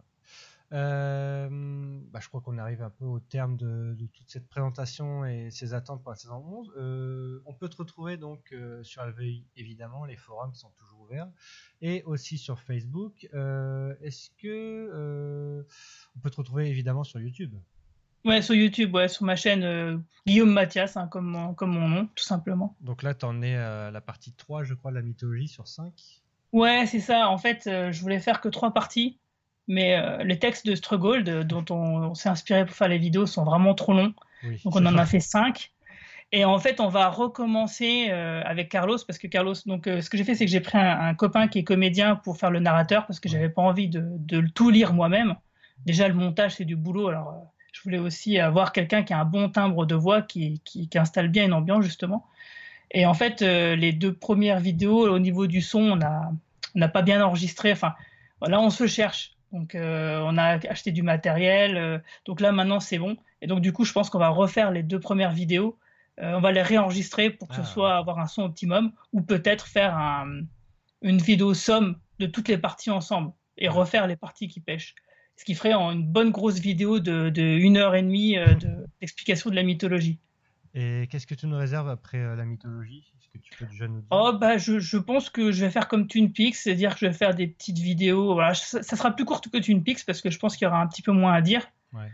Euh, bah, je crois qu'on arrive un peu au terme de, de toute cette présentation et ses attentes pour la saison onze. Euh, on peut te retrouver donc euh, sur L V I, évidemment, les forums sont toujours ouverts, et aussi sur Facebook. Euh, est-ce que euh, on peut te retrouver évidemment sur YouTube? Ouais, sur YouTube, ouais, sur ma chaîne euh, Guillaume Mathias, hein, comme, mon, comme mon nom, tout simplement. Donc là, tu en es à la partie trois, je crois, de la mythologie sur cinq. Ouais, c'est ça. En fait, euh, je voulais faire que trois parties. Mais euh, les textes de Struggold, euh, dont on, on s'est inspiré pour faire les vidéos, sont vraiment trop longs. Oui, donc on en a fait cinq. Et en fait, on va recommencer euh, avec Carlos, parce que Carlos, donc euh, ce que j'ai fait, c'est que j'ai pris un, un copain qui est comédien pour faire le narrateur, parce que ouais. j'avais pas envie de, de tout lire moi-même. Déjà, le montage, c'est du boulot. Alors, euh, je voulais aussi avoir quelqu'un qui a un bon timbre de voix, qui, qui, qui installe bien une ambiance, justement. Et en fait, euh, les deux premières vidéos, au niveau du son, on a, on n'a pas bien enregistré. Enfin, là, on se cherche. Donc, euh, on a acheté du matériel. Euh, donc là, maintenant, c'est bon. Et donc, du coup, je pense qu'on va refaire les deux premières vidéos. Euh, on va les réenregistrer pour que ah, ce soit ouais. avoir un son optimum, ou peut-être faire un, une vidéo somme de toutes les parties ensemble et ouais. refaire les parties qui pêchent. Ce qui ferait en une bonne grosse vidéo de, de une heure et demie euh, de, d'explication de la mythologie. Et qu'est-ce que tu nous réserves après euh, la mythologie? Est-ce que tu peux déjà nous dire? Oh, bah, je, je pense que je vais faire comme Twin Peaks, c'est-à-dire que je vais faire des petites vidéos. Voilà, ça, ça sera plus court que Twin Peaks parce que je pense qu'il y aura un petit peu moins à dire. Ouais.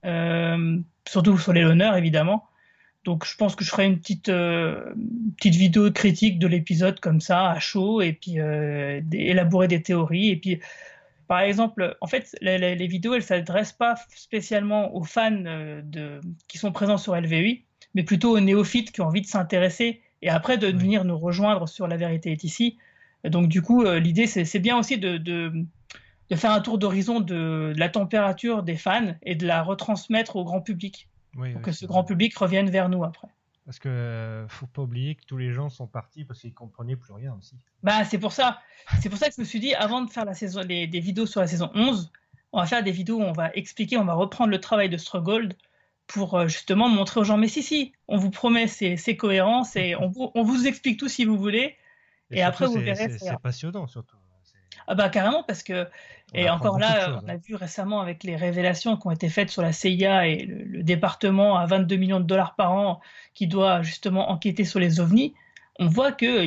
Euh, surtout sur les l'honneur, évidemment. Donc, je pense que je ferai une petite, euh, petite vidéo critique de l'épisode comme ça, à chaud, et puis euh, des, élaborer des théories. Et puis, par exemple, en fait, les, les, les vidéos, elles ne s'adressent pas spécialement aux fans de, qui sont présents sur L V I, mais plutôt aux néophytes qui ont envie de s'intéresser et après de oui. venir nous rejoindre sur La Vérité est ici. Donc, du coup, euh, l'idée, c'est, c'est bien aussi de, de, de faire un tour d'horizon de, de la température des fans et de la retransmettre au grand public. Oui, pour oui, que ce grand public revienne vers nous après. Parce que euh, faut pas oublier que tous les gens sont partis parce qu'ils comprenaient plus rien aussi. Bah c'est pour ça, c'est pour ça que je me suis dit avant de faire la saison, les, des vidéos sur la saison onze, on va faire des vidéos où on va expliquer, on va reprendre le travail de Struggold pour euh, justement montrer aux gens, mais si si, on vous promet, c'est, c'est cohérent, c'est, on, on vous explique tout si vous voulez, et, et après vous c'est, verrez. C'est, c'est passionnant surtout. Ah bah carrément, parce que, on et encore là, choses, on a hein. vu récemment avec les révélations qui ont été faites sur la C I A et le, le département à vingt-deux millions de dollars par an qui doit justement enquêter sur les ovnis, on voit que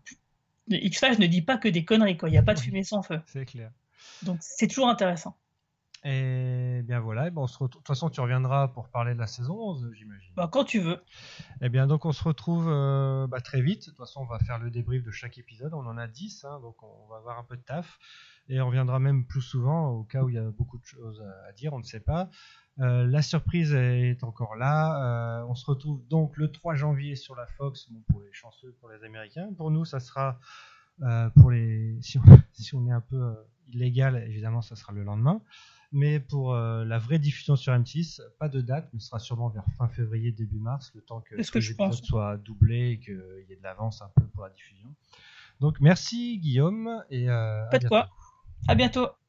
X-Files ne dit pas que des conneries, quoi. Il n'y a pas de fumée sans feu. C'est clair. Donc c'est toujours intéressant. Et bien voilà, et ben on se retrouve... de toute façon tu reviendras pour parler de la saison onze, j'imagine. Bah, quand tu veux. Et bien donc on se retrouve euh, bah, très vite. De toute façon on va faire le débrief de chaque épisode, on en a dix, hein, donc on va avoir un peu de taf. Et on reviendra même plus souvent au cas où il y a beaucoup de choses à dire, on ne sait pas. Euh, la surprise est encore là. Euh, on se retrouve donc le trois janvier sur la Fox, bon, pour les chanceux, pour les Américains. Pour nous ça sera, euh, pour les si on, si on est un peu euh, illégal, évidemment ça sera le lendemain. Mais pour euh, la vraie diffusion sur M six, pas de date, mais ce sera sûrement vers fin février, début mars, le temps que, que les épisodes soient doublés et qu'il y ait de l'avance un peu pour la diffusion. Donc merci Guillaume et euh, pas de quoi. À bientôt.